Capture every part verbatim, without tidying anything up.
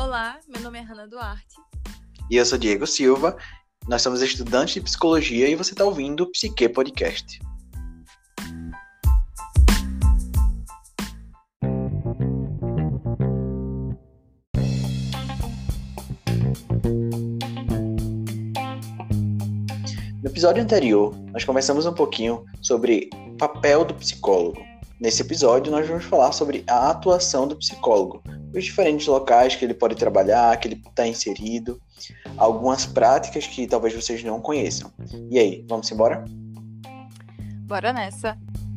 Olá, meu nome é Hannah Duarte. E eu sou Diego Silva. Nós somos estudantes de psicologia e você está ouvindo o Psique Podcast. No episódio anterior, nós conversamos um pouquinho sobre o papel do psicólogo. Nesse episódio, nós vamos falar sobre a atuação do psicólogo, os diferentes locais que ele pode trabalhar, que ele está inserido, algumas práticas que talvez vocês não conheçam. E aí, vamos embora? Bora nessa!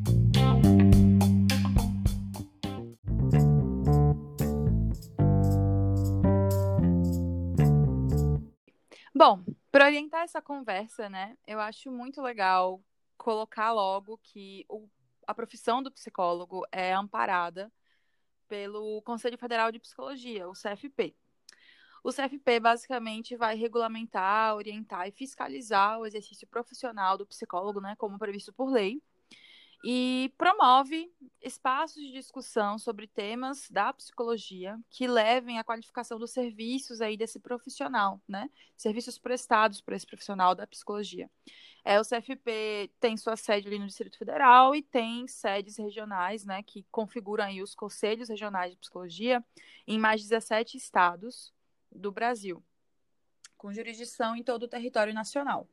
Bom, para orientar essa conversa, né, eu acho muito legal colocar logo que o, a profissão do psicólogo é amparada pelo Conselho Federal de Psicologia, o C F P. O C F P basicamente vai regulamentar, orientar e fiscalizar o exercício profissional do psicólogo, né, como previsto por lei, e promove espaços de discussão sobre temas da psicologia que levem à qualificação dos serviços aí desse profissional, né, serviços prestados por esse profissional da psicologia. É, o C F P tem sua sede ali no Distrito Federal e tem sedes regionais, né, que configuram aí os conselhos regionais de psicologia em mais de dezessete estados do Brasil, com jurisdição em todo o território nacional.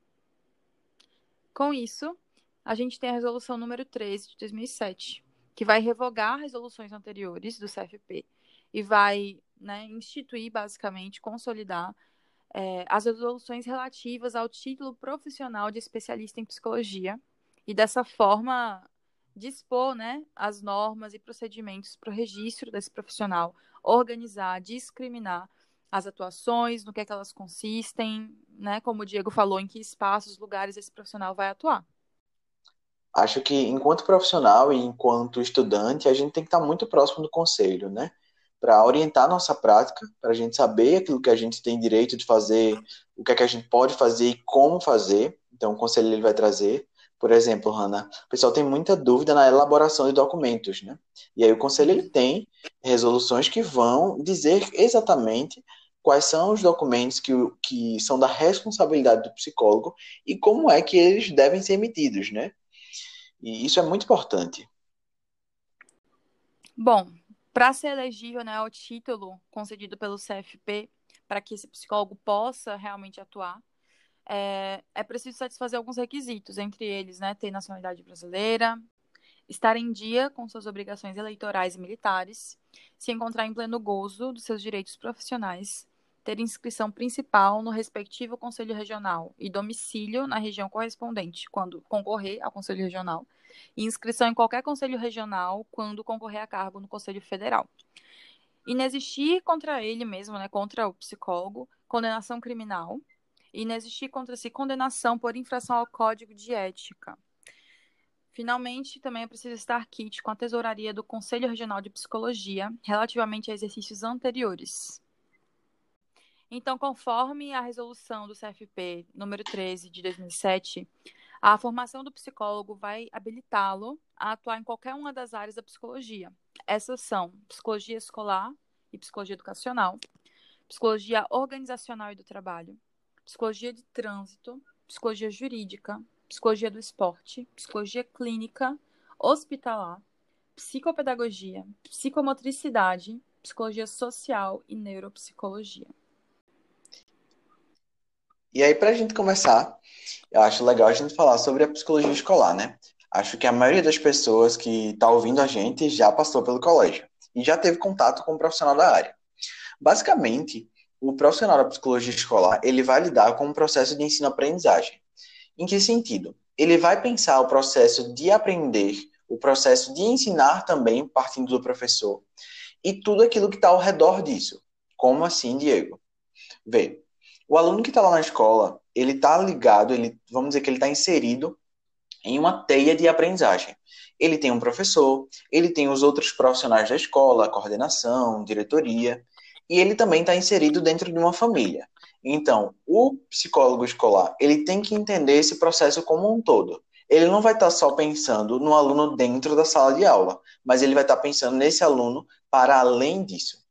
Com isso, a gente tem a resolução número treze de dois mil e sete, que vai revogar resoluções anteriores do C F P e vai, né, instituir, basicamente, consolidar É, as resoluções relativas ao título profissional de especialista em psicologia e, dessa forma, dispor, né, as normas e procedimentos para o registro desse profissional, organizar, discriminar as atuações, no que é que elas consistem, né, como o Diego falou, em que espaços, lugares esse profissional vai atuar. Acho que, enquanto profissional e enquanto estudante, a gente tem que estar muito próximo do conselho, né? Para orientar a nossa prática, para a gente saber aquilo que a gente tem direito de fazer, o que é que a gente pode fazer e como fazer. Então, o conselho ele vai trazer. Por exemplo, Hannah, o pessoal tem muita dúvida na elaboração de documentos, né? E aí o conselho ele tem resoluções que vão dizer exatamente quais são os documentos que, que são da responsabilidade do psicólogo e como é que eles devem ser emitidos, né? E isso é muito importante. Bom, para ser elegível, né, o título concedido pelo C F P, para que esse psicólogo possa realmente atuar, é, é preciso satisfazer alguns requisitos, entre eles, né, ter nacionalidade brasileira, estar em dia com suas obrigações eleitorais e militares, se encontrar em pleno gozo dos seus direitos profissionais, ter inscrição principal no respectivo Conselho Regional e domicílio na região correspondente, quando concorrer ao Conselho Regional, e inscrição em qualquer Conselho Regional quando concorrer a cargo no Conselho Federal. Inexistir contra ele mesmo, né, contra o psicólogo, condenação criminal, e inexistir contra si condenação por infração ao Código de Ética. Finalmente, também é preciso estar quite com a tesouraria do Conselho Regional de Psicologia relativamente a exercícios anteriores. Então, conforme a resolução do C F P número treze de dois mil e sete, a formação do psicólogo vai habilitá-lo a atuar em qualquer uma das áreas da psicologia. Essas são psicologia escolar e psicologia educacional, psicologia organizacional e do trabalho, psicologia de trânsito, psicologia jurídica, psicologia do esporte, psicologia clínica, hospitalar, psicopedagogia, psicomotricidade, psicologia social e neuropsicologia. E aí, para a gente começar, eu acho legal a gente falar sobre a psicologia escolar, né? Acho que a maioria das pessoas que está ouvindo a gente já passou pelo colégio e já teve contato com um profissional da área. Basicamente, o profissional da psicologia escolar, ele vai lidar com um processo de ensino-aprendizagem. Em que sentido? Ele vai pensar o processo de aprender, o processo de ensinar também, partindo do professor, e tudo aquilo que está ao redor disso. Como assim, Diego? Vê, o aluno que está lá na escola, ele está ligado, ele, vamos dizer que ele está inserido em uma teia de aprendizagem. Ele tem um professor, ele tem os outros profissionais da escola, coordenação, diretoria, e ele também está inserido dentro de uma família. Então, o psicólogo escolar, ele tem que entender esse processo como um todo. Ele não vai estar só pensando no aluno dentro da sala de aula, mas ele vai estar pensando nesse aluno para além disso.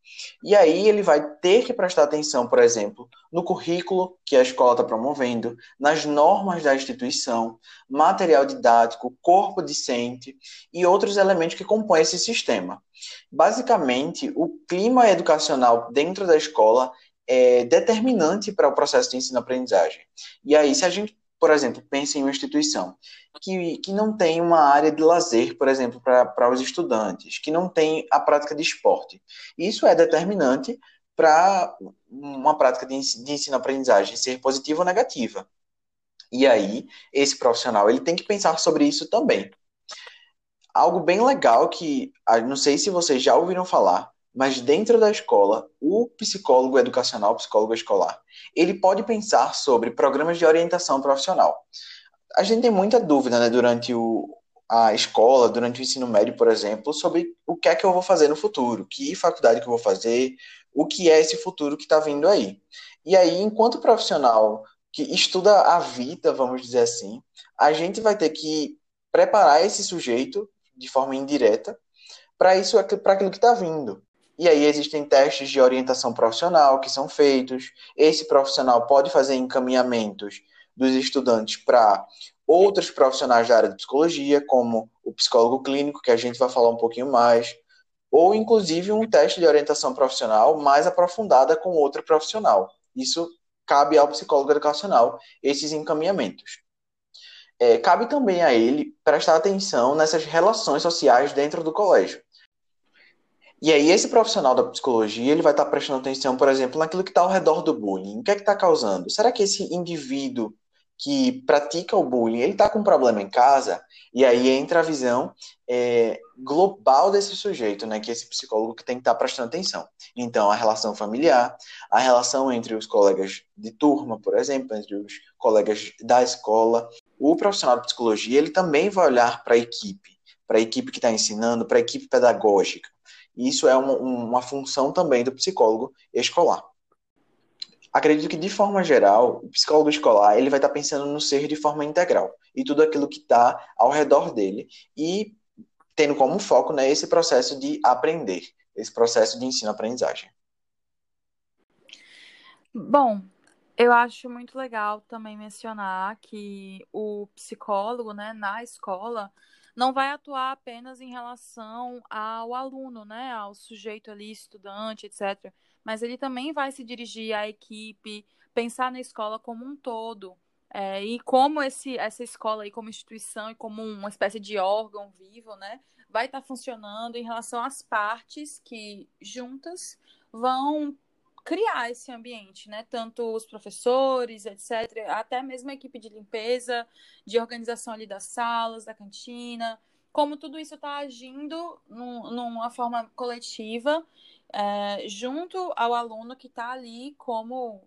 E aí ele vai ter que prestar atenção, por exemplo, no currículo que a escola está promovendo, nas normas da instituição, material didático, corpo discente e outros elementos que compõem esse sistema. Basicamente, o clima educacional dentro da escola é determinante para o processo de ensino-aprendizagem. E aí, se a gente, por exemplo, pensa em uma instituição que, que não tem uma área de lazer, por exemplo, para os estudantes, que não tem a prática de esporte, isso é determinante para uma prática de ensino-aprendizagem ser positiva ou negativa. E aí, esse profissional ele tem que pensar sobre isso também. Algo bem legal que, não sei se vocês já ouviram falar, mas dentro da escola, o psicólogo educacional, psicólogo escolar, ele pode pensar sobre programas de orientação profissional. A gente tem muita dúvida, né, durante o, a escola, durante o ensino médio, por exemplo, sobre o que é que eu vou fazer no futuro, que faculdade que eu vou fazer, o que é esse futuro que está vindo aí. E aí, enquanto profissional que estuda a vida, vamos dizer assim, a gente vai ter que preparar esse sujeito de forma indireta para isso, para aquilo que está vindo. E aí existem testes de orientação profissional que são feitos. Esse profissional pode fazer encaminhamentos dos estudantes para outros profissionais da área de psicologia, como o psicólogo clínico, que a gente vai falar um pouquinho mais, ou inclusive um teste de orientação profissional mais aprofundada com outro profissional. Isso cabe ao psicólogo educacional, esses encaminhamentos. É, cabe também a ele prestar atenção nessas relações sociais dentro do colégio. E aí, esse profissional da psicologia, ele vai estar prestando atenção, por exemplo, naquilo que está ao redor do bullying. O que é que está causando? Será que esse indivíduo que pratica o bullying, ele está com um problema em casa? E aí entra a visão é, global desse sujeito, né? Que é esse psicólogo que tem que estar prestando atenção. Então, a relação familiar, a relação entre os colegas de turma, por exemplo, entre os colegas da escola. O profissional de psicologia, ele também vai olhar para a equipe, para a equipe que está ensinando, para a equipe pedagógica. Isso é uma, uma função também do psicólogo escolar. Acredito que, de forma geral, o psicólogo escolar ele vai estar pensando no ser de forma integral e tudo aquilo que está ao redor dele e tendo como foco, né, esse processo de aprender, esse processo de ensino-aprendizagem. Bom, eu acho muito legal também mencionar que o psicólogo, né, na escola, não vai atuar apenas em relação ao aluno, né, ao sujeito ali, estudante, etcétera. Mas ele também vai se dirigir à equipe, pensar na escola como um todo. É, e como esse, essa escola aí, como instituição e como uma espécie de órgão vivo, né, vai estar funcionando em relação às partes que juntas vão criar esse ambiente, né? Tanto os professores, etcétera, até mesmo a equipe de limpeza, de organização ali das salas, da cantina, como tudo isso está agindo num, numa forma coletiva, é, junto ao aluno que está ali como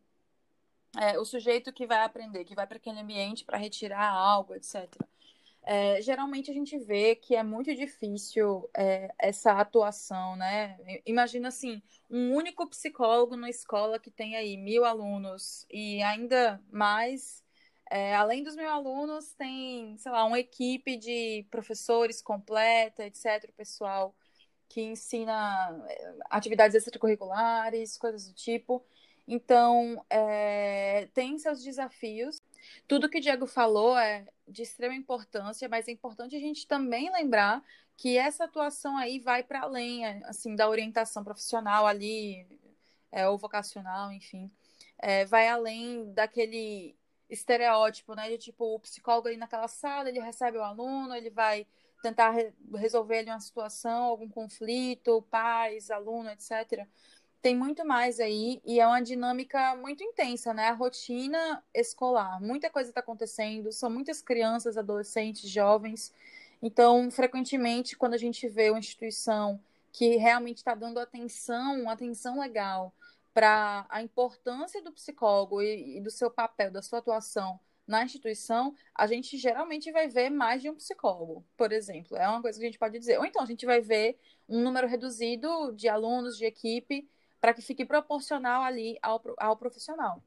é, o sujeito que vai aprender, que vai para aquele ambiente para retirar algo, etcétera. É, geralmente a gente vê que é muito difícil é, essa atuação, né? Imagina assim, um único psicólogo na escola que tem aí mil alunos e ainda mais, é, além dos mil alunos, tem, sei lá, uma equipe de professores completa, etcétera, pessoal que ensina é, atividades extracurriculares, coisas do tipo. Então, é, tem seus desafios. Tudo que o Diego falou é de extrema importância, mas é importante a gente também lembrar que essa atuação aí vai para além, assim, da orientação profissional ali, é, ou vocacional, enfim, é, vai além daquele estereótipo, né, de tipo, o psicólogo ali naquela sala, ele recebe o aluno, ele vai tentar re resolver ali uma situação, algum conflito, pais, aluno, etcétera. Tem muito mais aí e é uma dinâmica muito intensa, né? A rotina escolar, muita coisa está acontecendo, são muitas crianças, adolescentes, jovens. Então, frequentemente, quando a gente vê uma instituição que realmente está dando atenção, atenção legal para a importância do psicólogo e, e do seu papel, da sua atuação na instituição, a gente geralmente vai ver mais de um psicólogo, por exemplo. É uma coisa que a gente pode dizer. Ou então a gente vai ver um número reduzido de alunos, de equipe, para que fique proporcional ali ao, ao profissional.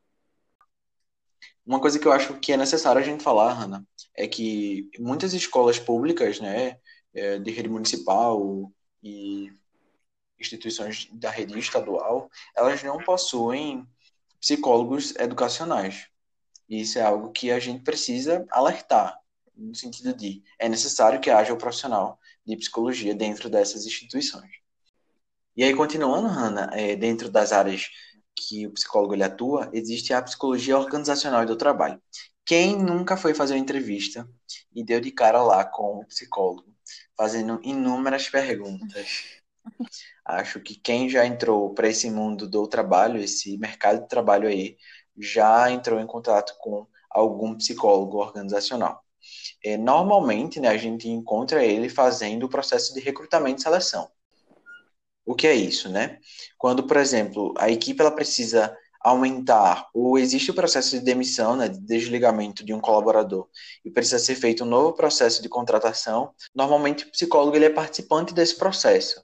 Uma coisa que eu acho que é necessário a gente falar, Hanna, é que muitas escolas públicas, né, é, de rede municipal e instituições da rede estadual, elas não possuem psicólogos educacionais. E isso é algo que a gente precisa alertar, no sentido de é necessário que haja um profissional de psicologia dentro dessas instituições. E aí, continuando, Hanna, é, dentro das áreas que o psicólogo ele atua, existe a psicologia organizacional e do trabalho. Quem nunca foi fazer uma entrevista e deu de cara lá com o psicólogo, fazendo inúmeras perguntas? Acho que quem já entrou para esse mundo do trabalho, esse mercado de trabalho aí, já entrou em contato com algum psicólogo organizacional. É, normalmente, né, a gente encontra ele fazendo o processo de recrutamento e seleção. O que é isso, né? Quando, por exemplo, a equipe ela precisa aumentar ou existe o processo de demissão, né, de desligamento de um colaborador e precisa ser feito um novo processo de contratação, normalmente o psicólogo ele é participante desse processo.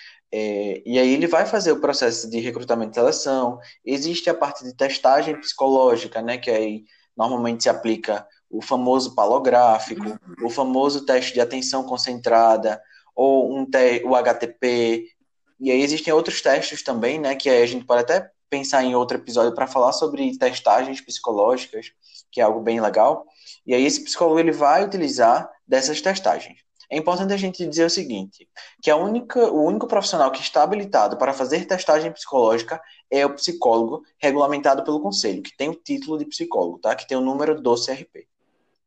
É, e aí ele vai fazer o processo de recrutamento e seleção. Existe a parte de testagem psicológica, né, que aí normalmente se aplica o famoso palográfico, o famoso teste de atenção concentrada, ou um te o H T P. E aí existem outros testes também, né, que aí a gente pode até pensar em outro episódio para falar sobre testagens psicológicas, que é algo bem legal. E aí esse psicólogo ele vai utilizar dessas testagens. É importante a gente dizer o seguinte, que a única, o único profissional que está habilitado para fazer testagem psicológica é o psicólogo regulamentado pelo conselho, que tem o título de psicólogo, tá? Que tem o número do C R P.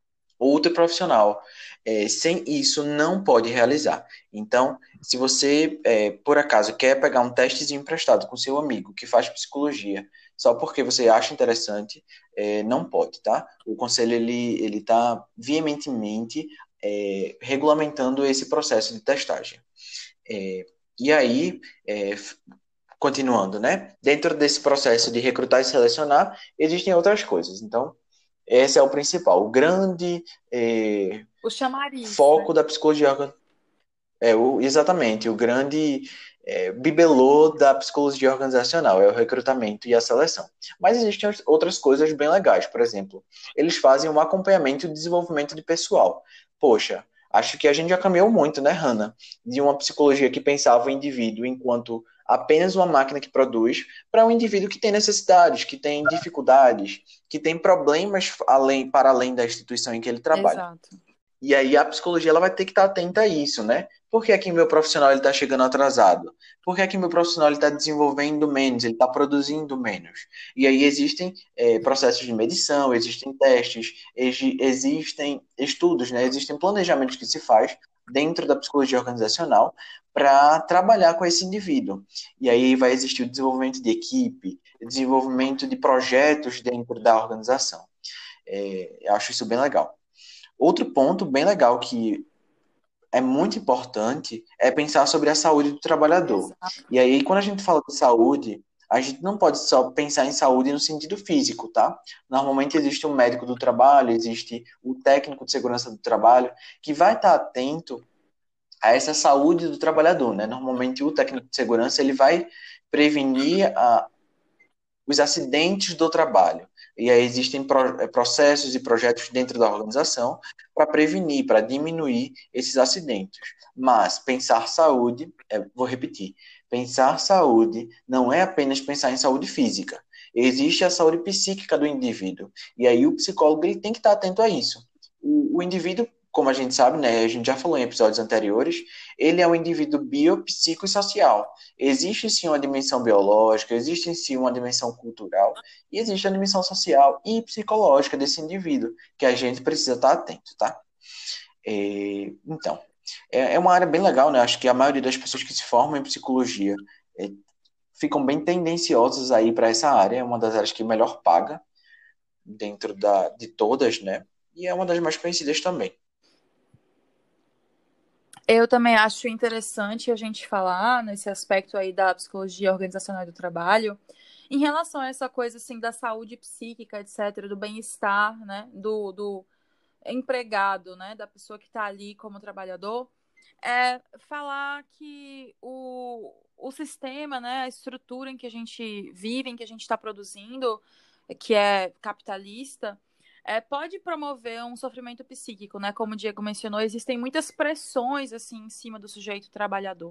Outro profissional, é, sem isso, não pode realizar. Então, se você, é, por acaso, quer pegar um testezinho emprestado com seu amigo que faz psicologia, só porque você acha interessante, é, não pode, tá? O conselho, ele ele está veementemente é, regulamentando esse processo de testagem. É, e aí, é, continuando, né? Dentro desse processo de recrutar e selecionar, existem outras coisas. Então, esse é o principal. O grande é, O chamariz, né? foco da psicologia. É, o, exatamente, o grande é, bibelô da psicologia organizacional é o recrutamento e a seleção. Mas existem outras coisas bem legais. Por exemplo, eles fazem um acompanhamento e desenvolvimento de pessoal. Poxa, acho que a gente já caminhou muito, né, Hanna? De uma psicologia que pensava o indivíduo enquanto apenas uma máquina que produz, para um indivíduo que tem necessidades, que tem dificuldades, que tem problemas além, para além da instituição em que ele trabalha. Exato. E aí a psicologia ela vai ter que estar atenta a isso, né? Por que é que meu profissional está chegando atrasado? Por que é que meu profissional está desenvolvendo menos, ele está produzindo menos? E aí existem é, processos de medição, existem testes, existem estudos, né? Existem planejamentos que se faz dentro da psicologia organizacional para trabalhar com esse indivíduo. E aí vai existir o desenvolvimento de equipe, desenvolvimento de projetos dentro da organização. É, eu acho isso bem legal. Outro ponto bem legal que é muito importante é pensar sobre a saúde do trabalhador. Exato. E aí, quando a gente fala de saúde, a gente não pode só pensar em saúde no sentido físico, tá? Normalmente existe um médico do trabalho, existe o técnico de segurança do trabalho, que vai estar atento a essa saúde do trabalhador, né? Normalmente o técnico de segurança ele vai prevenir a, os acidentes do trabalho. E aí existem pro, processos e projetos dentro da organização para prevenir, para diminuir esses acidentes. Mas pensar saúde, é, vou repetir, pensar saúde não é apenas pensar em saúde física. Existe a saúde psíquica do indivíduo. E aí o psicólogo ele tem que estar atento a isso. O, o indivíduo, como a gente sabe, né, a gente já falou em episódios anteriores, ele é um indivíduo bio, psico e social. Existe sim uma dimensão biológica, existe sim uma dimensão cultural, e existe a dimensão social e psicológica desse indivíduo, que a gente precisa estar atento, tá? É, então, é, é uma área bem legal, né? Acho que a maioria das pessoas que se formam em psicologia é, ficam bem tendenciosas aí para essa área, é uma das áreas que melhor paga dentro da, de todas, né? E é uma das mais conhecidas também. Eu também acho interessante a gente falar nesse aspecto aí da psicologia organizacional do trabalho, em relação a essa coisa assim da saúde psíquica, etc, do bem-estar, né, do, do empregado, né, da pessoa que está ali como trabalhador, é falar que o, o sistema, né, a estrutura em que a gente vive, em que a gente está produzindo, que é capitalista, é, pode promover um sofrimento psíquico, né? Como o Diego mencionou, existem muitas pressões assim em cima do sujeito trabalhador.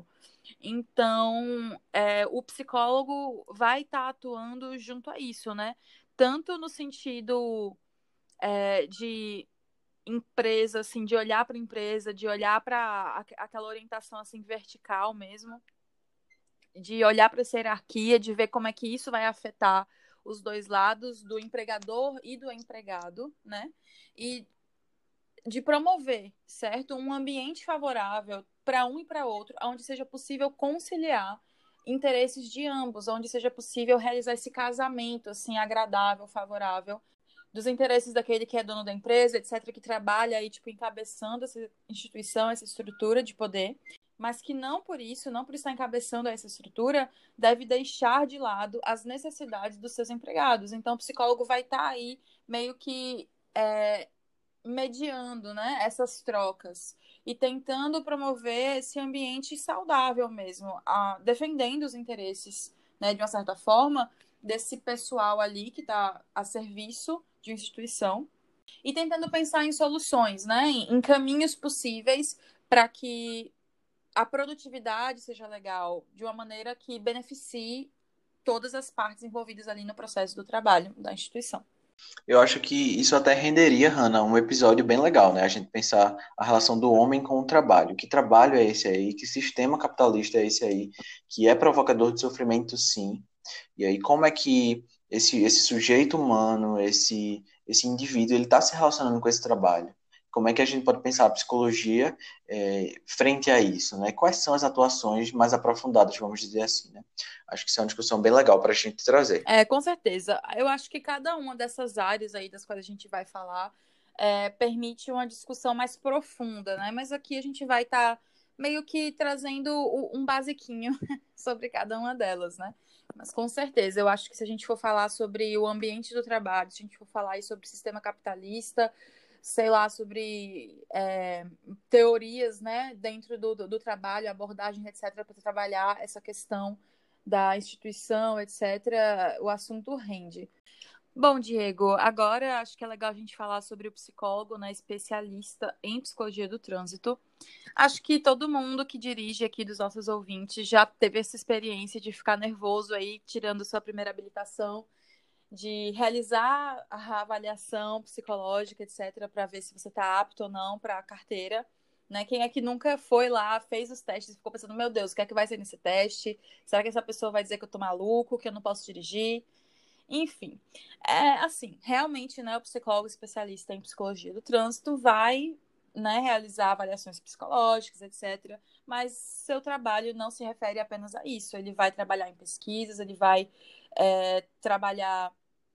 Então, é, o psicólogo vai estar tá atuando junto a isso, né? Tanto no sentido é, de empresa, assim, de olhar para a empresa, de olhar para aquela orientação assim vertical mesmo, de olhar para essa hierarquia, de ver como é que isso vai afetar os dois lados, do empregador e do empregado, né? E de promover, certo? Um ambiente favorável para um e para outro, onde seja possível conciliar interesses de ambos, onde seja possível realizar esse casamento assim agradável, favorável dos interesses daquele que é dono da empresa, etc, que trabalha aí tipo encabeçando essa instituição, essa estrutura de poder, mas que não por isso, não por estar encabeçando essa estrutura, deve deixar de lado as necessidades dos seus empregados. Então, o psicólogo vai estar aí meio que é, mediando, né, essas trocas e tentando promover esse ambiente saudável mesmo, a, defendendo os interesses, né, de uma certa forma, desse pessoal ali que está a serviço de instituição e tentando pensar em soluções, né, em, em caminhos possíveis para que a produtividade seja legal de uma maneira que beneficie todas as partes envolvidas ali no processo do trabalho da instituição. Eu acho que isso até renderia, Hannah, um episódio bem legal, né? A gente pensar a relação do homem com o trabalho. Que trabalho é esse aí? Que sistema capitalista é esse aí? Que é provocador de sofrimento, sim. E aí, como é que esse, esse sujeito humano, esse, esse indivíduo, ele está se relacionando com esse trabalho? Como é que a gente pode pensar a psicologia é, frente a isso, né? Quais são as atuações mais aprofundadas, vamos dizer assim, né? Acho que isso é uma discussão bem legal para a gente trazer. É, com certeza. Eu acho que cada uma dessas áreas aí das quais a gente vai falar é, permite uma discussão mais profunda, né? Mas aqui a gente vai estar tá meio que trazendo um basiquinho sobre cada uma delas, né? Mas com certeza, eu acho que se a gente for falar sobre o ambiente do trabalho, se a gente for falar aí sobre o sistema capitalista, sei lá, sobre é, teorias, né, dentro do, do, do trabalho, abordagem, etcétera, para trabalhar essa questão da instituição, etcétera, o assunto rende. Bom, Diego, agora acho que é legal a gente falar sobre o psicólogo, né, especialista em psicologia do trânsito. Acho que todo mundo que dirige aqui dos nossos ouvintes já teve essa experiência de ficar nervoso aí, tirando sua primeira habilitação, de realizar a avaliação psicológica, etcétera, para ver se você está apto ou não para a carteira. Né? Quem é que nunca foi lá, fez os testes e ficou pensando, meu Deus, o que é que vai ser nesse teste? Será que essa pessoa vai dizer que eu tô maluco, que eu não posso dirigir? Enfim, é assim, realmente, né, o psicólogo especialista em psicologia do trânsito vai, né, realizar avaliações psicológicas, etcétera. Mas seu trabalho não se refere apenas a isso. Ele vai trabalhar em pesquisas, ele vai é, trabalhar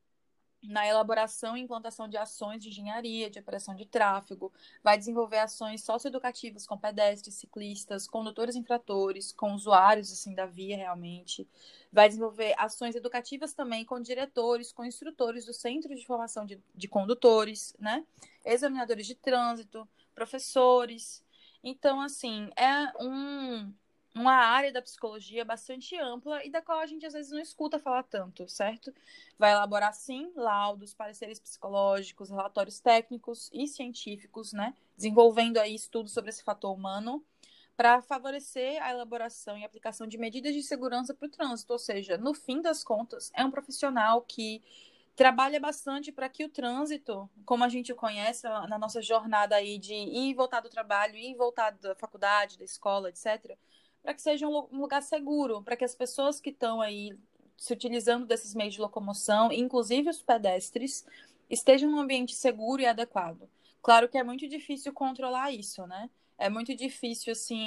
na elaboração e implantação de ações de engenharia, de operação de tráfego, vai desenvolver ações socioeducativas com pedestres, ciclistas, condutores infratores, com usuários assim da via realmente, vai desenvolver ações educativas também com diretores, com instrutores do Centro de Formação de, de Condutores, né? Examinadores de trânsito, professores. Então, assim, é um uma área da psicologia bastante ampla e da qual a gente às vezes não escuta falar tanto, certo? Vai elaborar, sim, laudos, pareceres psicológicos, relatórios técnicos e científicos, né? Desenvolvendo aí estudos sobre esse fator humano para favorecer a elaboração e aplicação de medidas de segurança para o trânsito. Ou seja, no fim das contas, é um profissional que trabalha bastante para que o trânsito, como a gente o conhece na nossa jornada aí de ir e voltar do trabalho, ir e voltar da faculdade, da escola, etcétera, para que seja um lugar seguro, para que as pessoas que estão aí se utilizando desses meios de locomoção, inclusive os pedestres, estejam num ambiente seguro e adequado. Claro que é muito difícil controlar isso, né? É muito difícil, assim,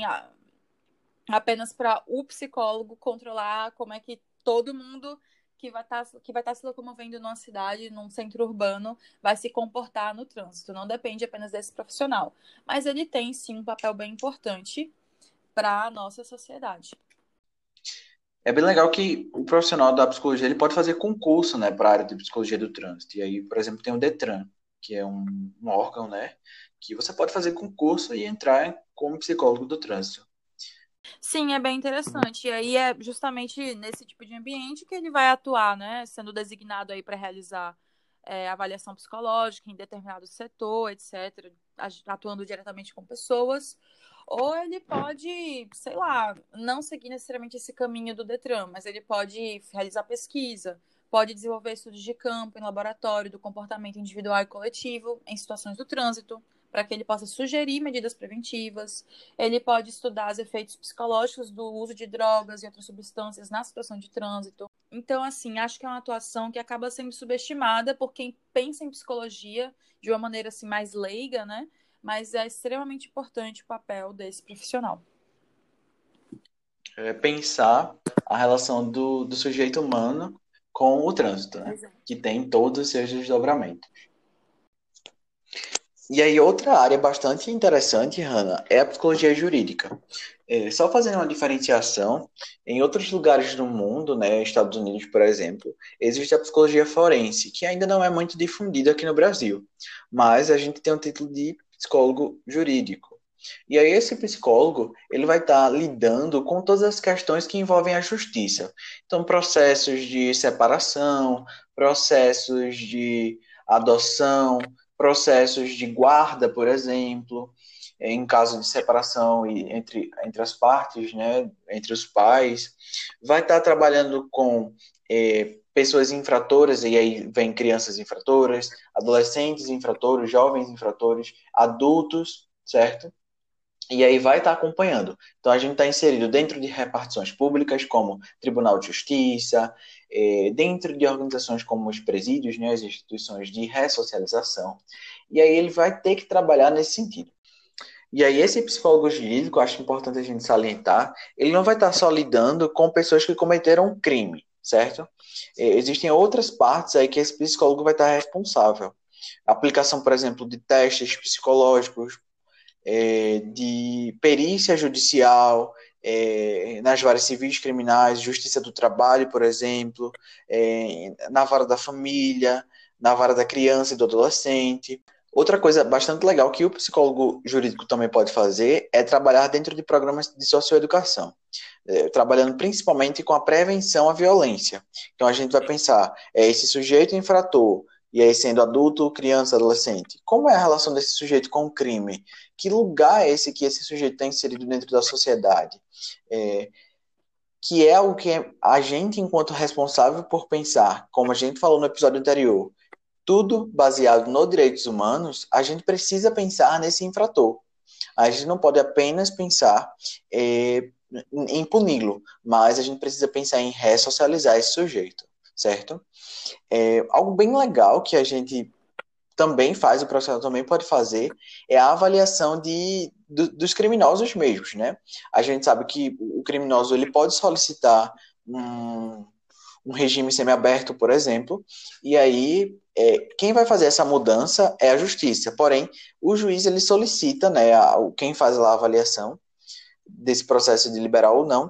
apenas para o psicólogo controlar como é que todo mundo que vai estar tá, que vai estar tá se locomovendo numa cidade, num centro urbano, vai se comportar no trânsito. Não depende apenas desse profissional. Mas ele tem, sim, um papel bem importante para a nossa sociedade. É bem legal que o profissional da psicologia ele pode fazer concurso, né, para a área de psicologia do trânsito. E aí, por exemplo, tem o Detran, que é um, um órgão, né, que você pode fazer concurso e entrar como psicólogo do trânsito. Sim, é bem interessante. E aí é justamente nesse tipo de ambiente que ele vai atuar, né, sendo designado aí para realizar é, avaliação psicológica em determinado setor, etcétera, atuando diretamente com pessoas, ou ele pode, sei lá, não seguir necessariamente esse caminho do Detran, mas ele pode realizar pesquisa, pode desenvolver estudos de campo em laboratório do comportamento individual e coletivo em situações do trânsito, para que ele possa sugerir medidas preventivas. Ele pode estudar os efeitos psicológicos do uso de drogas e outras substâncias na situação de trânsito. Então, assim, acho que é uma atuação que acaba sendo subestimada por quem pensa em psicologia de uma maneira assim, mais leiga, né? Mas é extremamente importante o papel desse profissional. É pensar a relação do, do sujeito humano com o trânsito, né? Exato. Que tem todos os seus desdobramentos. E aí, outra área bastante interessante, Hanna, é a psicologia jurídica. É, só fazendo uma diferenciação, em outros lugares do mundo, né, Estados Unidos, por exemplo, existe a psicologia forense, que ainda não é muito difundida aqui no Brasil, mas a gente tem o título de psicólogo jurídico. E aí esse psicólogo, ele vai estar lidando com todas as questões que envolvem a justiça. Então, processos de separação, processos de adoção, processos de guarda, por exemplo, em caso de separação entre, entre as partes, né, entre os pais, vai estar trabalhando com é, pessoas infratoras, e aí vem crianças infratoras, adolescentes infratores, jovens infratores, adultos, certo? E aí vai estar acompanhando. Então a gente está inserido dentro de repartições públicas, como Tribunal de Justiça, eh, dentro de organizações como os presídios, né, as instituições de ressocialização. E aí ele vai ter que trabalhar nesse sentido. E aí esse psicólogo jurídico, acho importante a gente salientar, ele não vai estar só lidando com pessoas que cometeram um crime, certo? Eh, existem outras partes aí que esse psicólogo vai estar responsável. A aplicação, por exemplo, de testes psicológicos, é, de perícia judicial, é, nas varas civis criminais, justiça do trabalho, por exemplo, é, na vara da família, na vara da criança e do adolescente. Outra coisa bastante legal que o psicólogo jurídico também pode fazer é trabalhar dentro de programas de socioeducação, é, trabalhando principalmente com a prevenção à violência. Então a gente vai pensar, é esse sujeito infrator, e aí sendo adulto, criança, adolescente, como é a relação desse sujeito com o crime? Que lugar é esse que esse sujeito está inserido dentro da sociedade? É, que é o que a gente, enquanto responsável por pensar, como a gente falou no episódio anterior, tudo baseado nos direitos humanos, a gente precisa pensar nesse infrator. A gente não pode apenas pensar é, em puni-lo, mas a gente precisa pensar em ressocializar esse sujeito, certo? É, algo bem legal que a gente também faz, o profissional também pode fazer, é a avaliação de, do, dos criminosos mesmos, né? A gente sabe que o criminoso ele pode solicitar um, um regime semiaberto, por exemplo, e aí é, quem vai fazer essa mudança é a justiça. Porém, o juiz ele solicita, né, a, quem faz lá a avaliação desse processo de liberar ou não,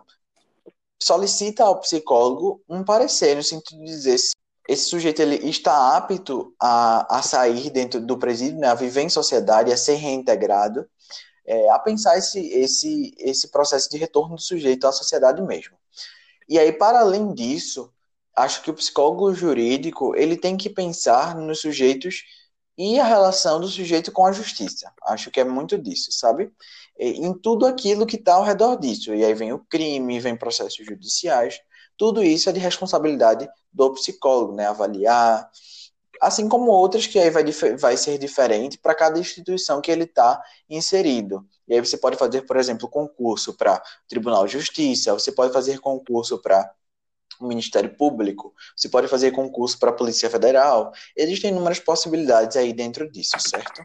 solicita ao psicólogo um parecer no sentido de dizer se esse sujeito ele está apto a, a sair dentro do presídio, né, a viver em sociedade, a ser reintegrado, é, a pensar esse, esse, esse processo de retorno do sujeito à sociedade mesmo. E aí, para além disso, acho que o psicólogo jurídico ele tem que pensar nos sujeitos e a relação do sujeito com a justiça. Acho que é muito disso, sabe? Em tudo aquilo que está ao redor disso. E aí vem o crime, vem processos judiciais. Tudo isso é de responsabilidade do psicólogo, né? Avaliar, assim como outras que aí vai, vai ser diferente para cada instituição que ele está inserido. E aí você pode fazer, por exemplo, concurso para Tribunal de Justiça, você pode fazer concurso para o Ministério Público, você pode fazer concurso para a Polícia Federal. Existem inúmeras possibilidades aí dentro disso, certo?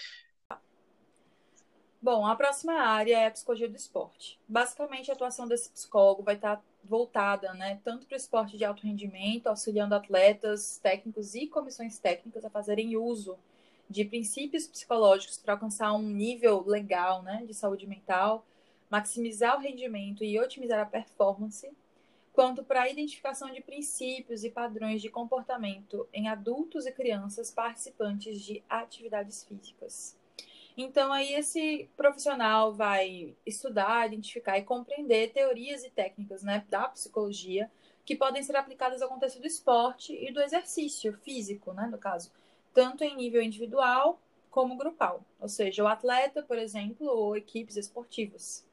Bom, a próxima área é a psicologia do esporte. Basicamente, a atuação desse psicólogo vai estar voltada, né, tanto para o esporte de alto rendimento, auxiliando atletas, técnicos e comissões técnicas a fazerem uso de princípios psicológicos para alcançar um nível legal, né, de saúde mental, maximizar o rendimento e otimizar a performance, quanto para a identificação de princípios e padrões de comportamento em adultos e crianças participantes de atividades físicas. Então, aí esse profissional vai estudar, identificar e compreender teorias e técnicas, né, da psicologia que podem ser aplicadas ao contexto do esporte e do exercício físico, né, no caso, tanto em nível individual como grupal. Ou seja, o atleta, por exemplo, ou equipes esportivas.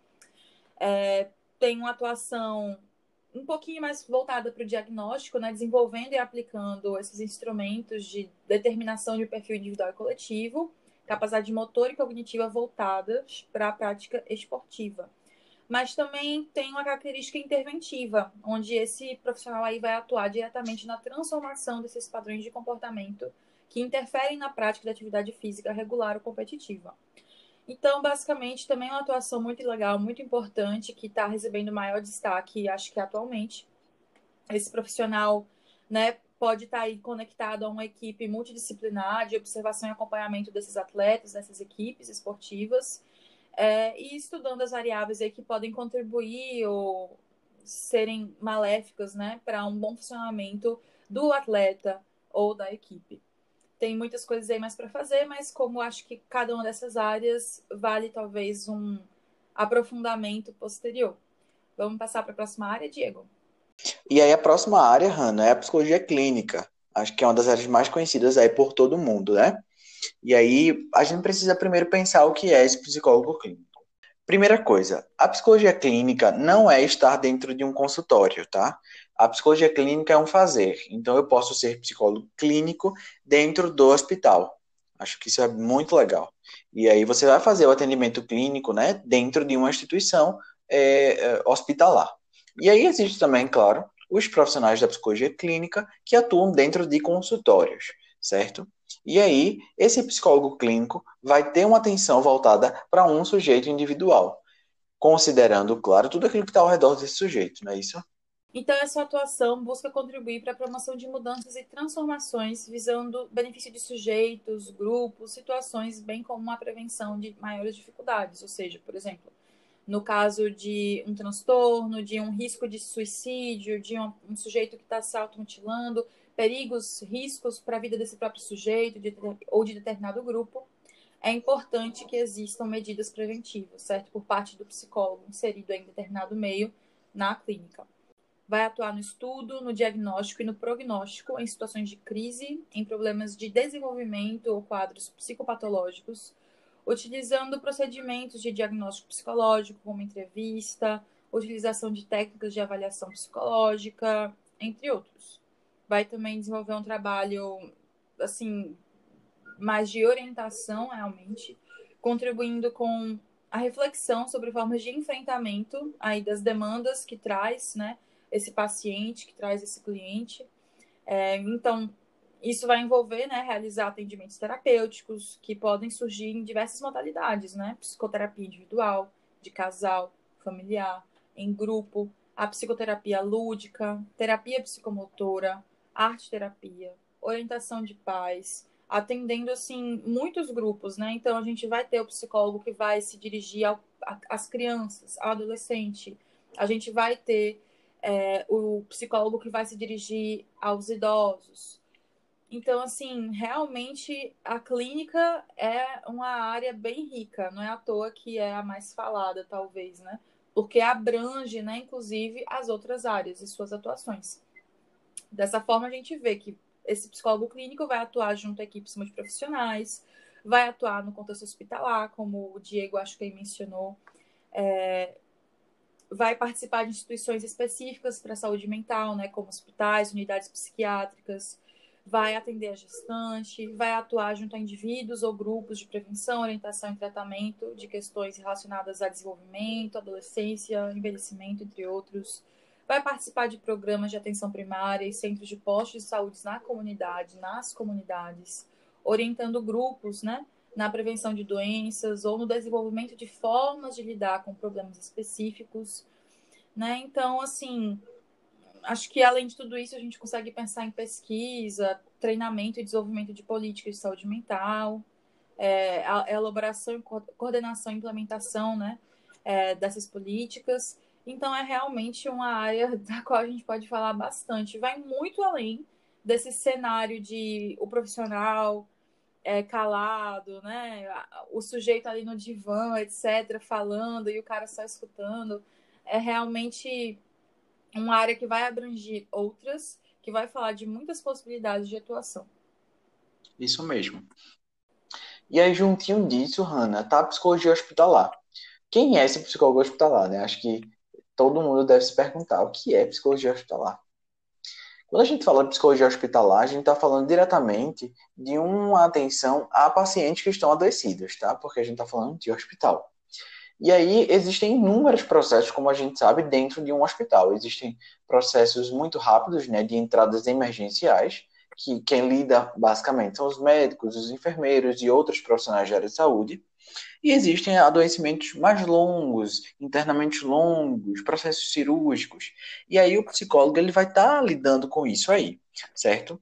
É, tem uma atuação um pouquinho mais voltada para o diagnóstico, né, desenvolvendo e aplicando esses instrumentos de determinação de perfil individual e coletivo, capacidade motora e cognitiva voltadas para a prática esportiva. Mas também tem uma característica interventiva, onde esse profissional aí vai atuar diretamente na transformação desses padrões de comportamento que interferem na prática da atividade física regular ou competitiva. Então, basicamente, também é uma atuação muito legal, muito importante, que está recebendo maior destaque, acho que atualmente. Esse profissional, né, pode estar aí conectado a uma equipe multidisciplinar de observação e acompanhamento desses atletas, dessas equipes esportivas, é, e estudando as variáveis aí que podem contribuir ou serem maléficas, né, para um bom funcionamento do atleta ou da equipe. Tem muitas coisas aí mais para fazer, mas como acho que cada uma dessas áreas vale talvez um aprofundamento posterior. Vamos passar para a próxima área, Diego? E aí a próxima área, Hanna, é a psicologia clínica. Acho que é uma das áreas mais conhecidas aí por todo mundo, né? E aí a gente precisa primeiro pensar o que é esse psicólogo clínico. Primeira coisa, a psicologia clínica não é estar dentro de um consultório, tá? A psicologia clínica é um fazer. Então eu posso ser psicólogo clínico dentro do hospital. Acho que isso é muito legal. E aí você vai fazer o atendimento clínico, né, dentro de uma instituição é, é, hospitalar. E aí existe também, claro, os profissionais da psicologia clínica que atuam dentro de consultórios, certo? E aí, esse psicólogo clínico vai ter uma atenção voltada para um sujeito individual, considerando, claro, tudo aquilo que está ao redor desse sujeito, não é isso? Então, essa atuação busca contribuir para a promoção de mudanças e transformações, visando o benefício de sujeitos, grupos, situações, bem como a prevenção de maiores dificuldades. Ou seja, por exemplo, no caso de um transtorno, de um risco de suicídio, de um, um sujeito que está se automutilando, perigos, riscos para a vida desse próprio sujeito de, ou de determinado grupo, é importante que existam medidas preventivas, certo? Por parte do psicólogo inserido em determinado meio na clínica. Vai atuar no estudo, no diagnóstico e no prognóstico em situações de crise, em problemas de desenvolvimento ou quadros psicopatológicos, utilizando procedimentos de diagnóstico psicológico, como entrevista, utilização de técnicas de avaliação psicológica, entre outros. Vai também desenvolver um trabalho, assim, mais de orientação, realmente, contribuindo com a reflexão sobre formas de enfrentamento aí das demandas que traz, né, esse paciente, que traz esse cliente. É, então, isso vai envolver, né, realizar atendimentos terapêuticos que podem surgir em diversas modalidades, né? Psicoterapia individual, de casal, familiar, em grupo, a psicoterapia lúdica, terapia psicomotora, arte-terapia, orientação de pais, atendendo, assim, muitos grupos, né? Então, a gente vai ter o psicólogo que vai se dirigir ao, a, às crianças, ao adolescente, a gente vai ter é, o psicólogo que vai se dirigir aos idosos. Então, assim, realmente a clínica é uma área bem rica, não é à toa que é a mais falada, talvez, né? Porque abrange, né, inclusive, as outras áreas e suas atuações. Dessa forma, a gente vê que esse psicólogo clínico vai atuar junto a equipes multiprofissionais, vai atuar no contexto hospitalar, como o Diego acho que aí mencionou, é, vai participar de instituições específicas para a saúde mental, né, como hospitais, unidades psiquiátricas, vai atender a gestante, vai atuar junto a indivíduos ou grupos de prevenção, orientação e tratamento de questões relacionadas a desenvolvimento, adolescência, envelhecimento, entre outros. Vai participar de programas de atenção primária e centros de postos de saúde na comunidade, nas comunidades, orientando grupos, né, na prevenção de doenças ou no desenvolvimento de formas de lidar com problemas específicos, né? Então, assim, acho que além de tudo isso, a gente consegue pensar em pesquisa, treinamento e desenvolvimento de políticas de saúde mental, é, a elaboração, coordenação e implementação, né, é, dessas políticas. Então, é realmente uma área da qual a gente pode falar bastante. Vai muito além desse cenário de o profissional é, calado, né? O sujeito ali no divã, etcétera, falando e o cara só escutando. É realmente uma área que vai abranger outras, que vai falar de muitas possibilidades de atuação. Isso mesmo. E aí, juntinho disso, Hanna, tá a psicologia hospitalar. Quem é esse psicólogo hospitalar, né? Acho que todo mundo deve se perguntar o que é psicologia hospitalar. Quando a gente fala de psicologia hospitalar, a gente está falando diretamente de uma atenção a pacientes que estão adoecidos, tá? Porque a gente está falando de hospital. E aí existem inúmeros processos, como a gente sabe, dentro de um hospital. Existem processos muito rápidos, né, de entradas emergenciais, que quem lida basicamente são os médicos, os enfermeiros e outros profissionais de área de saúde. E existem adoecimentos mais longos, internamente longos, processos cirúrgicos. E aí o psicólogo ele vai estar lidando com isso aí, certo?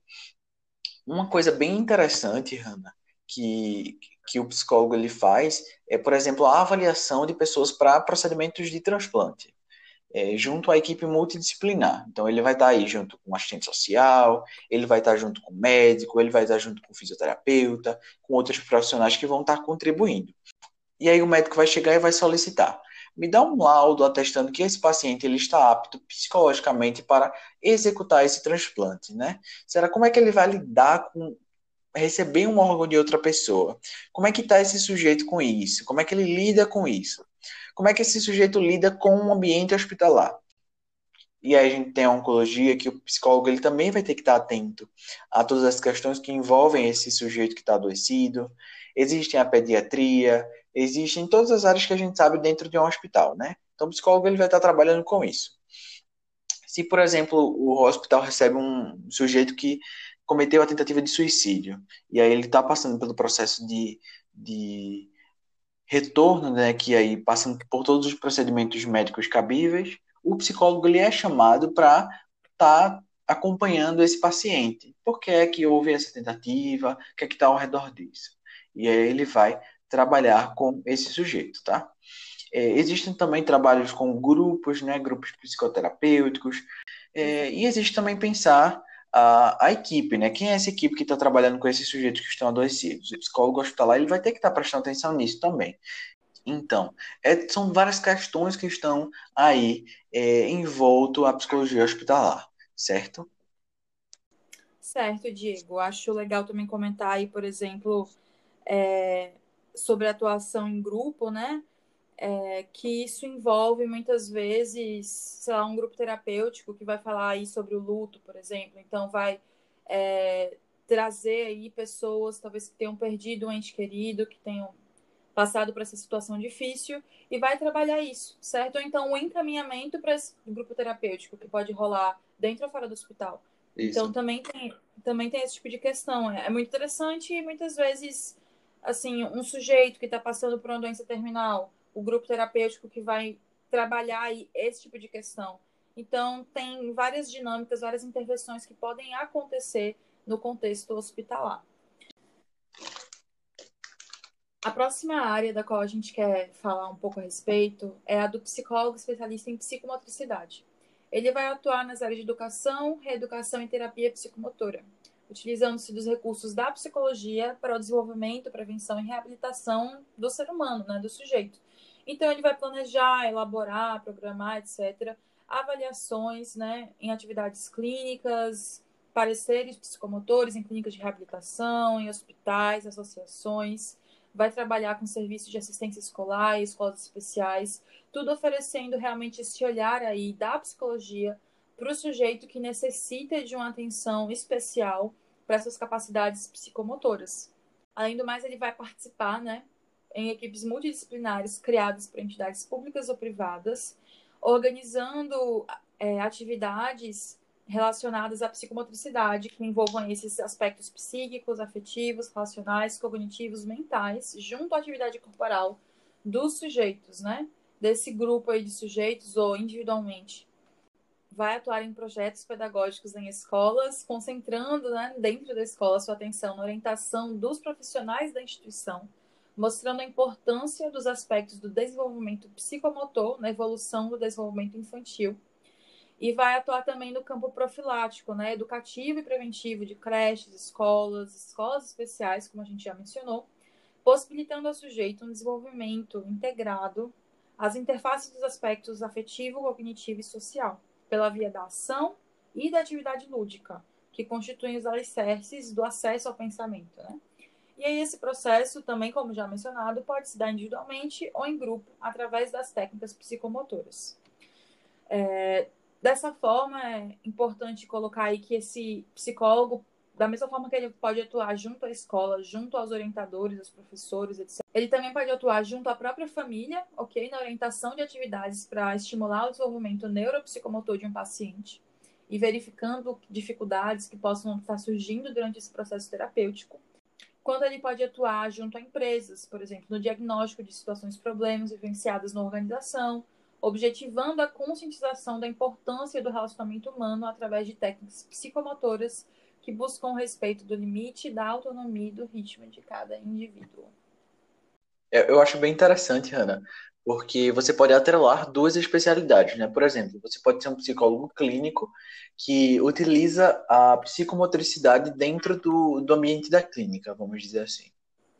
Uma coisa bem interessante, Hanna, que, que o psicólogo ele faz é, por exemplo, a avaliação de pessoas para procedimentos de transplante, é, junto à equipe multidisciplinar. Então, ele vai estar aí junto com o assistente social, ele vai estar junto com o médico, ele vai estar junto com o fisioterapeuta, com outros profissionais que vão estar contribuindo. E aí o médico vai chegar e vai solicitar: me dá um laudo atestando que esse paciente ele está apto psicologicamente para executar esse transplante, né? Será como é que ele vai lidar com receber um órgão de outra pessoa? Como é que está esse sujeito com isso? Como é que ele lida com isso? Como é que esse sujeito lida com um ambiente hospitalar? E aí a gente tem a oncologia, que o psicólogo ele também vai ter que estar atento a todas as questões que envolvem esse sujeito que está adoecido. Existem a pediatria, existem todas as áreas que a gente sabe dentro de um hospital, né? Então o psicólogo ele vai estar trabalhando com isso. Se, por exemplo, o hospital recebe um sujeito que cometeu a tentativa de suicídio, e aí ele está passando pelo processo de, de retorno, né, que aí passando por todos os procedimentos médicos cabíveis, o psicólogo ele é chamado para estar tá acompanhando esse paciente. Por que é que houve essa tentativa? O que é que está ao redor disso? E aí ele vai trabalhar com esse sujeito, tá? É, existem também trabalhos com grupos, né, grupos psicoterapêuticos, é, e existe também pensar a, a equipe, né? Quem é essa equipe que está trabalhando com esses sujeitos que estão adoecidos? O psicólogo hospitalar ele vai ter que estar tá prestando atenção nisso também. Então, é, são várias questões que estão aí é, envolto a psicologia hospitalar, certo? Certo, Diego. Acho legal também comentar aí, por exemplo, é, sobre a atuação em grupo, né? É, que isso envolve muitas vezes, sei lá, um grupo terapêutico que vai falar aí sobre o luto, por exemplo. Então, vai é, trazer aí pessoas, talvez que tenham perdido um ente querido, que tenham passado por essa situação difícil, e vai trabalhar isso, certo? Ou então, o encaminhamento para esse grupo terapêutico, que pode rolar dentro ou fora do hospital. Então, Isso. também tem, também tem esse tipo de questão. É, é muito interessante e muitas vezes, assim, um sujeito que está passando por uma doença terminal, o grupo terapêutico que vai trabalhar aí esse tipo de questão. Então, tem várias dinâmicas, várias intervenções que podem acontecer no contexto hospitalar. A próxima área da qual a gente quer falar um pouco a respeito é a do psicólogo especialista em psicomotricidade. Ele vai atuar nas áreas de educação, reeducação e terapia psicomotora, utilizando-se dos recursos da psicologia para o desenvolvimento, prevenção e reabilitação do ser humano, né, do sujeito. Então, ele vai planejar, elaborar, programar, etcétera, avaliações, né, em atividades clínicas, pareceres psicomotores em clínicas de reabilitação, em hospitais, associações, vai trabalhar com serviços de assistência escolar e escolas especiais, tudo oferecendo realmente esse olhar aí da psicologia para o sujeito que necessita de uma atenção especial para essas capacidades psicomotoras. Além do mais, ele vai participar, né, em equipes multidisciplinares criadas por entidades públicas ou privadas, organizando é, atividades relacionadas à psicomotricidade, que envolvam esses aspectos psíquicos, afetivos, relacionais, cognitivos, mentais, junto à atividade corporal dos sujeitos, né? Desse grupo aí de sujeitos ou individualmente. Vai atuar em projetos pedagógicos em escolas, concentrando, né, dentro da escola sua atenção na orientação dos profissionais da instituição, mostrando a importância dos aspectos do desenvolvimento psicomotor na evolução do desenvolvimento infantil. E vai atuar também no campo profilático, né, educativo e preventivo de creches, escolas, escolas especiais, como a gente já mencionou, possibilitando ao sujeito um desenvolvimento integrado às interfaces dos aspectos afetivo, cognitivo e social. pela via da ação e da atividade lúdica, que constituem os alicerces do acesso ao pensamento, né? E aí esse processo, também, como já mencionado, pode se dar individualmente ou em grupo, através das técnicas psicomotoras. É, dessa forma, é importante colocar aí que esse psicólogo, da mesma forma que ele pode atuar junto à escola, junto aos orientadores, aos professores, etcétera, ele também pode atuar junto à própria família, ok? Na orientação de atividades para estimular o desenvolvimento neuropsicomotor de um paciente e verificando dificuldades que possam estar surgindo durante esse processo terapêutico. Quando ele pode atuar junto a empresas, por exemplo, no diagnóstico de situações e problemas vivenciadas na organização, objetivando a conscientização da importância do relacionamento humano através de técnicas psicomotoras que buscam o respeito do limite, da autonomia e do ritmo de cada indivíduo. É, Eu acho bem interessante, Hannah, porque você pode atrelar duas especialidades, né? Por exemplo, você pode ser um psicólogo clínico que utiliza a psicomotricidade dentro do, do ambiente da clínica, vamos dizer assim.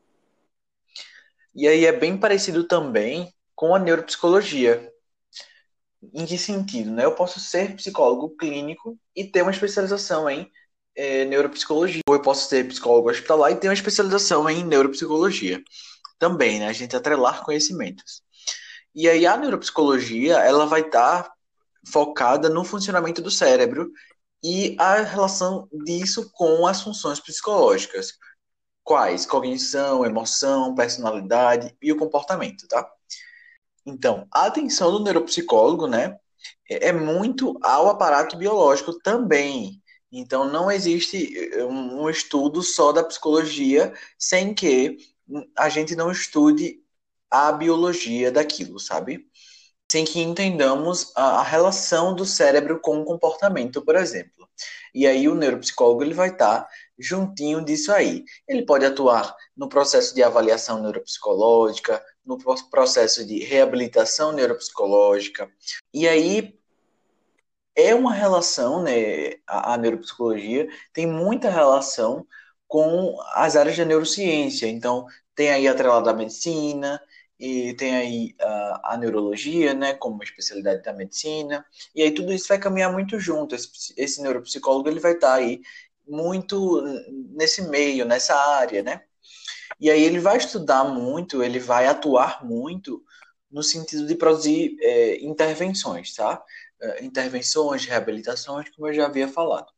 E aí é bem parecido também com a neuropsicologia. Em que sentido, né? Eu posso ser psicólogo clínico e ter uma especialização em eh, neuropsicologia, ou eu posso ser psicólogo hospitalar e ter uma especialização em neuropsicologia também, né? A gente atrelar conhecimentos. E aí a neuropsicologia, ela vai estar focada no funcionamento do cérebro e a relação disso com as funções psicológicas. Quais? Cognição, emoção, personalidade e o comportamento, tá? Então, a atenção do neuropsicólogo, né, é é muito ao aparato biológico também. Então, não existe eh, um um estudo só da psicologia sem que a gente não estude a biologia daquilo, sabe? Sem que entendamos a, a relação do cérebro com o comportamento, por exemplo. E aí o neuropsicólogo ele vai estar juntinho disso aí. Ele pode atuar no processo de avaliação neuropsicológica, no processo de reabilitação neuropsicológica. E aí é uma relação, né? A, a neuropsicologia tem muita relação com as áreas da neurociência. Então, tem aí atrelado a medicina, e tem aí a, a neurologia, né, como uma especialidade da medicina. E aí tudo isso vai caminhar muito junto. Esse, esse neuropsicólogo ele vai estar aí muito nesse meio, nessa área, né? E aí ele vai estudar muito, ele vai atuar muito no sentido de produzir é, intervenções, tá? É, intervenções, reabilitações, como eu já havia falado.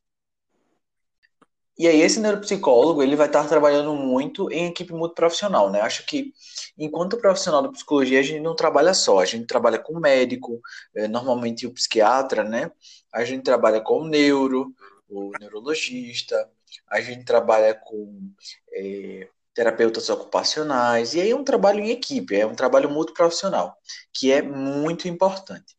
E aí esse neuropsicólogo, ele vai estar trabalhando muito em equipe multiprofissional, né? Acho que enquanto profissional da psicologia, a gente não trabalha só, a gente trabalha com médico, é, normalmente o psiquiatra, né? A gente trabalha com o neuro, o neurologista, a gente trabalha com é, terapeutas ocupacionais, e aí é um trabalho em equipe, é um trabalho multiprofissional, que é muito importante.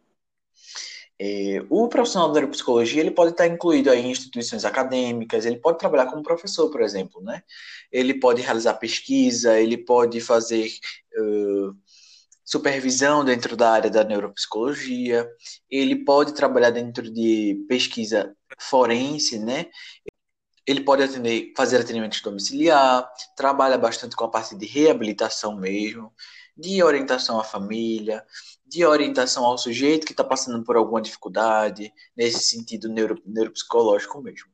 É, o profissional da neuropsicologia ele pode estar incluído aí em instituições acadêmicas, ele pode trabalhar como professor, por exemplo, né? Ele pode realizar pesquisa, ele pode fazer uh, supervisão dentro da área da neuropsicologia, ele pode trabalhar dentro de pesquisa forense, né? Ele pode atender, fazer atendimento domiciliar, trabalha bastante com a parte de reabilitação mesmo, de orientação à família, de orientação ao sujeito que está passando por alguma dificuldade, nesse sentido neuro, neuropsicológico mesmo.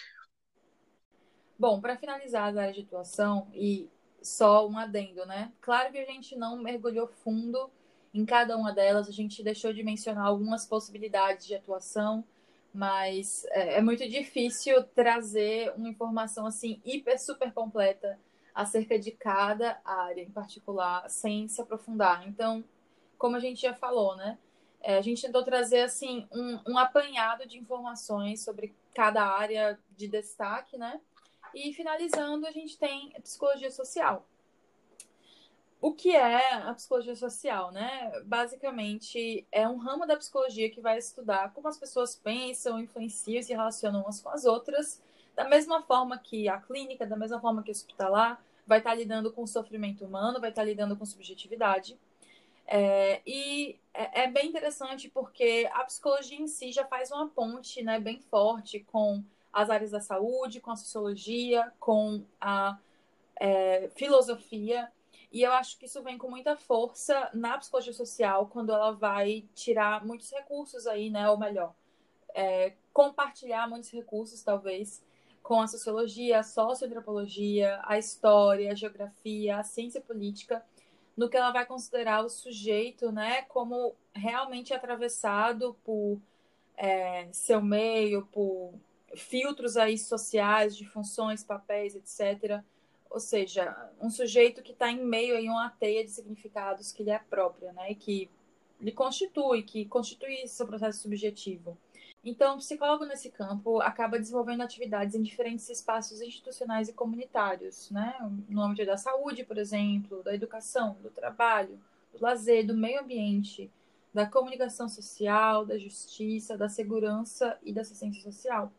Bom, para finalizar as áreas de atuação, e só um adendo, né? Claro que a gente não mergulhou fundo em cada uma delas, a gente deixou de mencionar algumas possibilidades de atuação, mas é, é muito difícil trazer uma informação assim hiper, super completa acerca de cada área em particular, sem se aprofundar. Então, como a gente já falou, né? É, a gente tentou trazer assim um, um apanhado de informações sobre cada área de destaque, né? E finalizando, a gente tem a psicologia social. O que é a psicologia social, né? Basicamente, é um ramo da psicologia que vai estudar como as pessoas pensam, influenciam e se relacionam umas com as outras, da mesma forma que a clínica, da mesma forma que o hospitalar, vai estar lidando com o sofrimento humano, vai estar lidando com subjetividade. É, e é, é bem interessante porque a psicologia em si já faz uma ponte, né, bem forte com as áreas da saúde, com a sociologia, com a é, filosofia. E eu acho que isso vem com muita força na psicologia social, quando ela vai tirar muitos recursos aí, né? Ou melhor, é, compartilhar muitos recursos, talvez, com a sociologia, a socioantropologia, a história, a geografia, a ciência política, no que ela vai considerar o sujeito, né, como realmente atravessado por é, seu meio, por filtros aí sociais de funções, papéis, etcétera. Ou seja, um sujeito que está em meio a uma teia de significados que lhe é própria, né, e que lhe constitui, que constitui seu processo subjetivo. Então, o psicólogo nesse campo acaba desenvolvendo atividades em diferentes espaços institucionais e comunitários, né? No âmbito da saúde, por exemplo, da educação, do trabalho, do lazer, do meio ambiente, da comunicação social, da justiça, da segurança e da assistência social.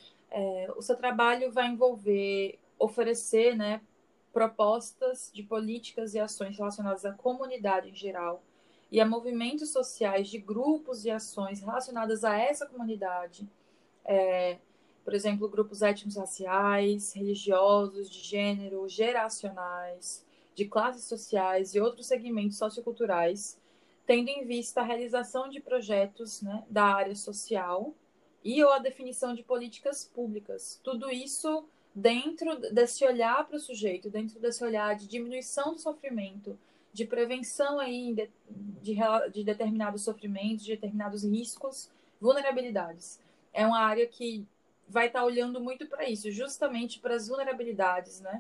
É, o seu trabalho vai envolver oferecer, né, propostas de políticas e ações relacionadas à comunidade em geral e a movimentos sociais de grupos e ações relacionadas a essa comunidade, é, por exemplo, grupos étnicos raciais, religiosos, de gênero, geracionais, de classes sociais e outros segmentos socioculturais, tendo em vista a realização de projetos, né, da área social e ou a definição de políticas públicas. Tudo isso dentro desse olhar para o sujeito, dentro desse olhar de diminuição do sofrimento, de prevenção aí de, de, de determinados sofrimentos, de determinados riscos, vulnerabilidades. É uma área que vai estar olhando muito para isso, justamente para as vulnerabilidades, né?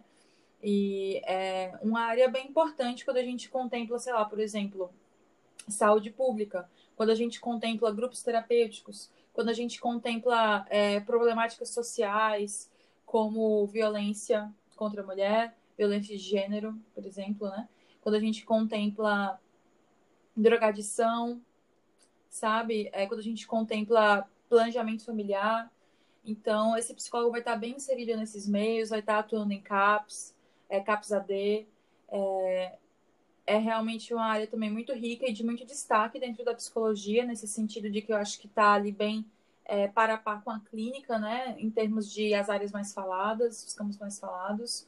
E é uma área bem importante quando a gente contempla, sei lá, por exemplo, saúde pública, quando a gente contempla grupos terapêuticos, quando a gente contempla é, problemáticas sociais, como violência contra a mulher, violência de gênero, por exemplo, né? Quando a gente contempla drogadição, sabe? É, quando a gente contempla planejamento familiar. Então, esse psicólogo vai estar bem inserido nesses meios, vai estar atuando em CAPS, é, CAPS A D. É, é realmente uma área também muito rica e de muito destaque dentro da psicologia, nesse sentido de que eu acho que está ali bem é, para a par com a clínica, né? Em termos de as áreas mais faladas, os campos mais falados.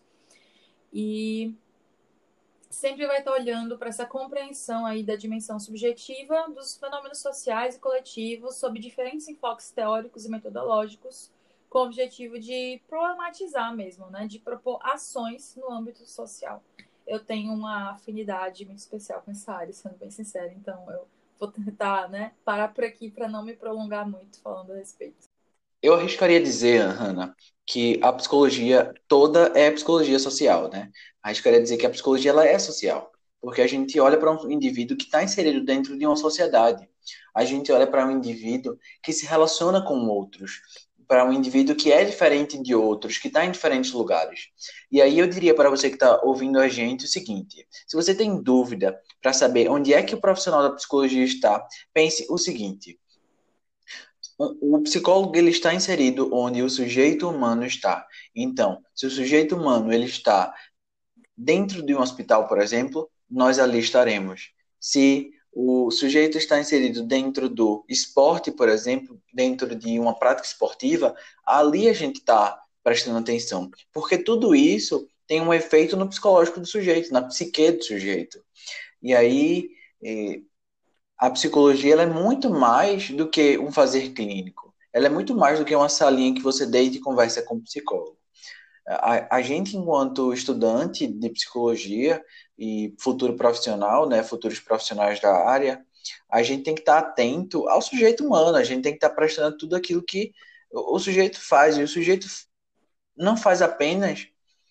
E sempre vai estar olhando para essa compreensão aí da dimensão subjetiva dos fenômenos sociais e coletivos sob diferentes enfoques teóricos e metodológicos, com o objetivo de problematizar mesmo, né, de propor ações no âmbito social. Eu tenho uma afinidade muito especial com essa área, sendo bem sincera, então eu vou tentar, né, parar por aqui para não me prolongar muito falando a respeito. Eu arriscaria dizer, Hannah, que a psicologia toda é psicologia social, né? Arriscaria dizer que a psicologia ela é social, porque a gente olha para um indivíduo que está inserido dentro de uma sociedade. A gente olha para um indivíduo que se relaciona com outros, para um indivíduo que é diferente de outros, que está em diferentes lugares. E aí eu diria para você que está ouvindo a gente o seguinte: se você tem dúvida para saber onde é que o profissional da psicologia está, pense o seguinte: o psicólogo ele está inserido onde o sujeito humano está. Então, se o sujeito humano ele está dentro de um hospital, por exemplo, nós ali estaremos. Se o sujeito está inserido dentro do esporte, por exemplo, dentro de uma prática esportiva, ali a gente está prestando atenção, porque tudo isso tem um efeito no psicológico do sujeito, na psique do sujeito. E aí, eh, a psicologia ela é muito mais do que um fazer clínico. Ela é muito mais do que uma salinha que você deita e conversa com o psicólogo. A, a gente, enquanto estudante de psicologia e futuro profissional, né, futuros profissionais da área, a gente tem que estar atento ao sujeito humano, a gente tem que estar prestando tudo aquilo que o, o sujeito faz, e o sujeito não faz apenas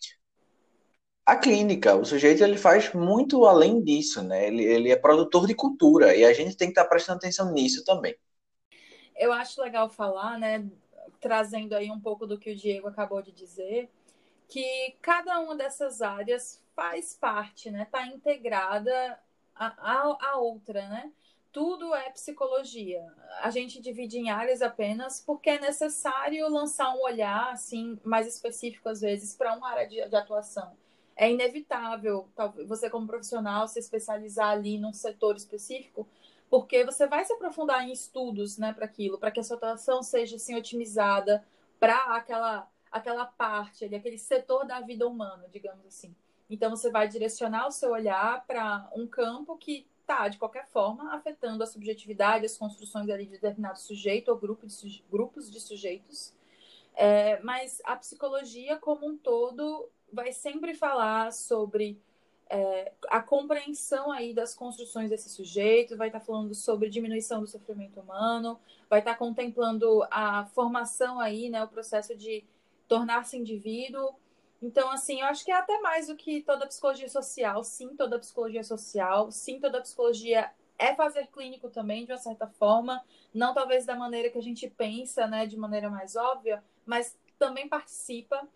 a clínica, o sujeito ele faz muito além disso, né? Ele, ele é produtor de cultura e a gente tem que estar prestando atenção nisso também. Eu acho legal falar, né, trazendo aí um pouco do que o Diego acabou de dizer, que cada uma dessas áreas faz parte, né? Está integrada a, a, a outra, né? Tudo é psicologia. A gente divide em áreas apenas porque é necessário lançar um olhar assim mais específico às vezes para uma área de, de atuação. É inevitável, você como profissional se especializar ali num setor específico, porque você vai se aprofundar em estudos, né, para aquilo, para que a sua atuação seja assim otimizada para aquela aquela parte ali, aquele setor da vida humana, digamos assim. Então, você vai direcionar o seu olhar para um campo que está, de qualquer forma, afetando a subjetividade, as construções ali de determinado sujeito ou grupo de suje... grupos de sujeitos. É, mas a psicologia como um todo vai sempre falar sobre é, a compreensão aí das construções desse sujeito, vai estar falando sobre diminuição do sofrimento humano, vai estar contemplando a formação aí, né, o processo de tornar-se indivíduo. Então, assim, eu acho que é até mais do que toda psicologia social. Sim, toda psicologia social. Sim, toda psicologia é fazer clínico também, de uma certa forma. Não talvez da maneira que a gente pensa, né, de maneira mais óbvia, mas também participa.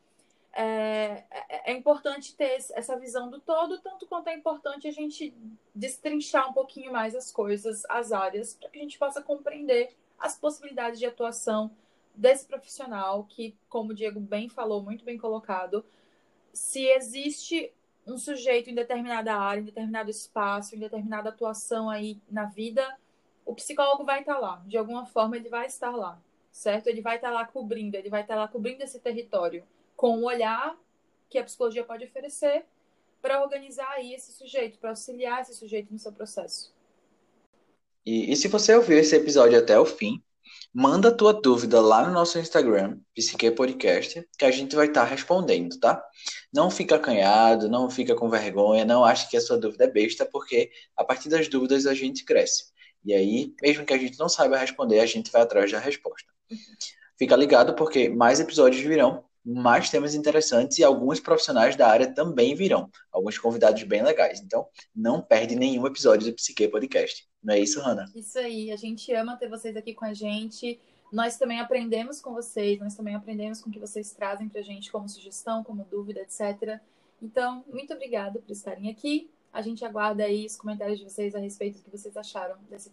É, é, é importante ter essa visão do todo, tanto quanto é importante a gente destrinchar um pouquinho mais as coisas, as áreas, para que a gente possa compreender as possibilidades de atuação desse profissional que, como o Diego bem falou, muito bem colocado, se existe um sujeito em determinada área, em determinado espaço, em determinada atuação aí na vida, o psicólogo vai estar lá. De alguma forma, ele vai estar lá, certo? Ele vai estar lá cobrindo, ele vai estar lá cobrindo esse território com o olhar que a psicologia pode oferecer para organizar aí esse sujeito, para auxiliar esse sujeito no seu processo. E, e se você ouviu esse episódio até o fim, manda a tua dúvida lá no nosso Instagram, Psique Podcast, que a gente vai estar respondendo, tá? Não fica acanhado, não fica com vergonha, não ache que a sua dúvida é besta, porque a partir das dúvidas a gente cresce. E aí, mesmo que a gente não saiba responder, a gente vai atrás da resposta. Fica ligado porque mais episódios virão, mais temas interessantes e alguns profissionais da área também virão. Alguns convidados bem legais. Então, não perde nenhum episódio do Psique Podcast. Não é isso, Hanna? Isso aí, a gente ama ter vocês aqui com a gente. Nós também aprendemos com vocês, nós também aprendemos com o que vocês trazem pra gente como sugestão, como dúvida, etcétera. Então, muito obrigada por estarem aqui. A gente aguarda aí os comentários de vocês a respeito do que vocês acharam desse